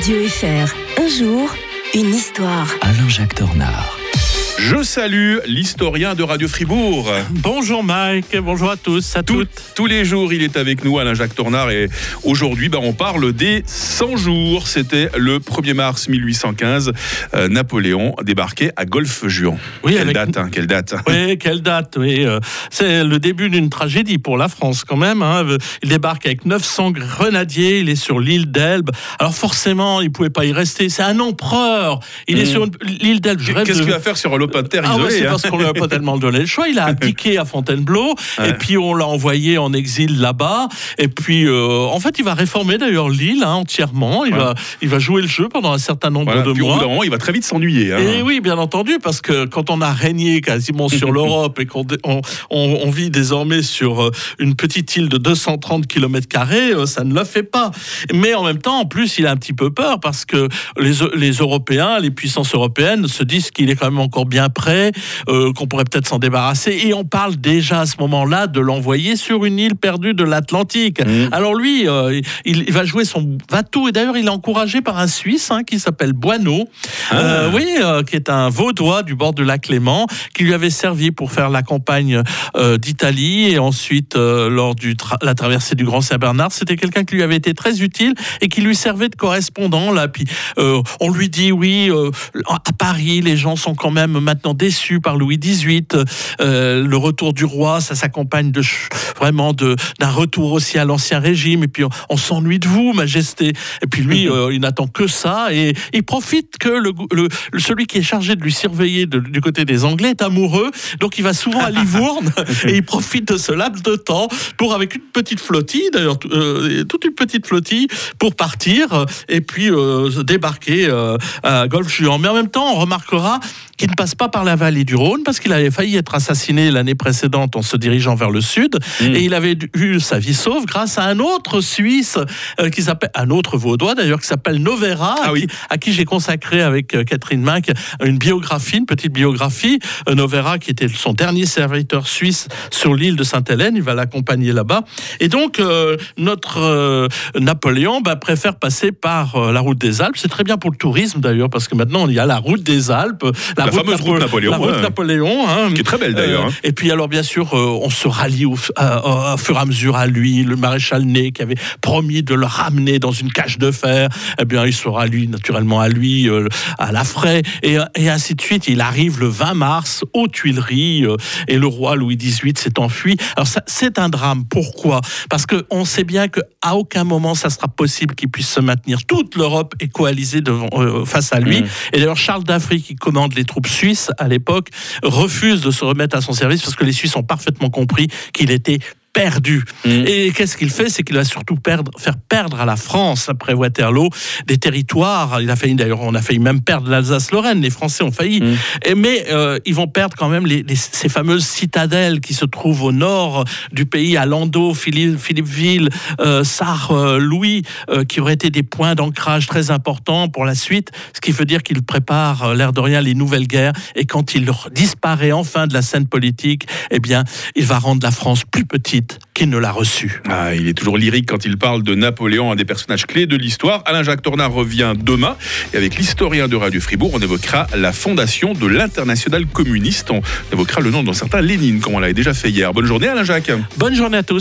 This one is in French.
Radio FR, un jour, une histoire. Alain-Jacques Tornard. Je salue l'historien de Radio Fribourg. Bonjour Mike, bonjour à tous, à toutes. Tous les jours, il est avec nous, Alain-Jacques Tornard. Et aujourd'hui, on parle des 100 jours. C'était le 1er mars 1815. Napoléon débarquait à Golfe-Juan. Oui, quelle date. Oui, quelle date. Oui. C'est le début d'une tragédie pour la France quand même. Il débarque avec 900 grenadiers, il est sur l'île d'Elbe. Alors forcément, il ne pouvait pas y rester. C'est un empereur. Il est sur l'île d'Elbe. Qu'est-ce qu'il va faire sur un lopin de terre isolé? C'est parce qu'on ne lui a pas tellement donné le choix. Il a abdiqué à Fontainebleau, et puis on l'a envoyé en exil là-bas. Et puis, en fait, il va réformer d'ailleurs l'île entièrement. Il va jouer le jeu pendant un certain nombre de puis mois. Au bout d'un moment, il va très vite s'ennuyer. Et oui, bien entendu, parce que quand on a régné quasiment sur l'Europe et qu'on vit désormais sur une petite île de 230 km², ça ne le fait pas. Mais en même temps, en plus, il a un petit peu peur parce que les Européens, les puissances européennes se disent qu'il est quand même encore bien prêt, qu'on pourrait peut-être s'en débarrasser. Et on parle déjà à ce moment-là de l'envoyer sur une île perdue de l'Atlantique. Alors lui, il va jouer son va-tout. Et d'ailleurs, il est encouragé par un Suisse qui s'appelle Boineau, qui est un Vaudois du bord du lac Léman, qui lui avait servi pour faire la campagne d'Italie et ensuite lors la traversée du Grand Saint-Bernard. C'était quelqu'un qui lui avait été très utile et qui lui servait de correspondant. Là. Puis on lui dit, à Paris, les gens sont quand même maintenant déçus par Louis XVIII. Le retour du roi, ça s'accompagne d'un retour aussi à l'ancien régime. Et puis on s'ennuie de vous, Majesté. Et puis lui, il n'attend que ça. Et il profite que celui qui est chargé de lui surveiller du côté des Anglais est amoureux. Donc il va souvent à Livourne et il profite de ce laps de temps pour, avec une petite flottille, d'ailleurs toute une petite flottille, pour partir et puis débarquer à Golfe-Juan. Mais en même temps, on remarquera qu'il ne passe pas par la vallée du Rhône parce qu'il avait failli être assassiné l'année précédente en se dirigeant vers le sud et il avait eu sa vie sauve grâce à un autre Suisse un autre Vaudois d'ailleurs, qui s'appelle Noverra, à qui j'ai consacré avec Catherine Mack une petite biographie. Noverra, qui était son dernier serviteur suisse sur l'île de Sainte-Hélène, il va l'accompagner là-bas. Et donc notre Napoléon préfère passer par la route des Alpes. C'est très bien pour le tourisme d'ailleurs, parce que maintenant il y a la route des Alpes, la fameuse route Napoléon, qui est très belle d'ailleurs. Et puis alors bien sûr, on se rallie au fur et à mesure à lui. Le maréchal Ney qui avait promis de le ramener dans une cage de fer, il se rallie naturellement à lui, à la Fraye, et ainsi de suite. Il arrive le 20 mars aux Tuileries, et le roi Louis XVIII s'est enfui. Alors ça, c'est un drame. Pourquoi ? Parce qu'on sait bien qu'à aucun moment ça sera possible qu'il puisse se maintenir. Toute l'Europe est coalisée face à lui. Et d'ailleurs, Charles d'Affry, qui commande les troupes suisses à l'époque, refuse de se remettre à son service parce que les Suisses ont parfaitement compris qu'il était perdu. Et qu'est-ce qu'il fait ? C'est qu'il va surtout faire perdre à la France, après Waterloo, des territoires. On a failli même perdre l'Alsace-Lorraine. Les Français ont failli. Mais ils vont perdre quand même ces fameuses citadelles qui se trouvent au nord du pays, à Landau, Philippeville, Sarre-Louis, qui auraient été des points d'ancrage très importants pour la suite, ce qui veut dire qu'il prépare, l'air de rien, les nouvelles guerres. Et quand il disparaît enfin de la scène politique, il va rendre la France plus petite qu'il ne l'a reçu. Il est toujours lyrique quand il parle de Napoléon, un des personnages clés de l'histoire. Alain-Jacques Tornard revient demain et avec l'historien de Radio Fribourg, on évoquera la fondation de l'Internationale communiste. On évoquera le nom d'un certain Lénine, comme on l'avait déjà fait hier. Bonne journée Alain-Jacques. Bonne journée à tous.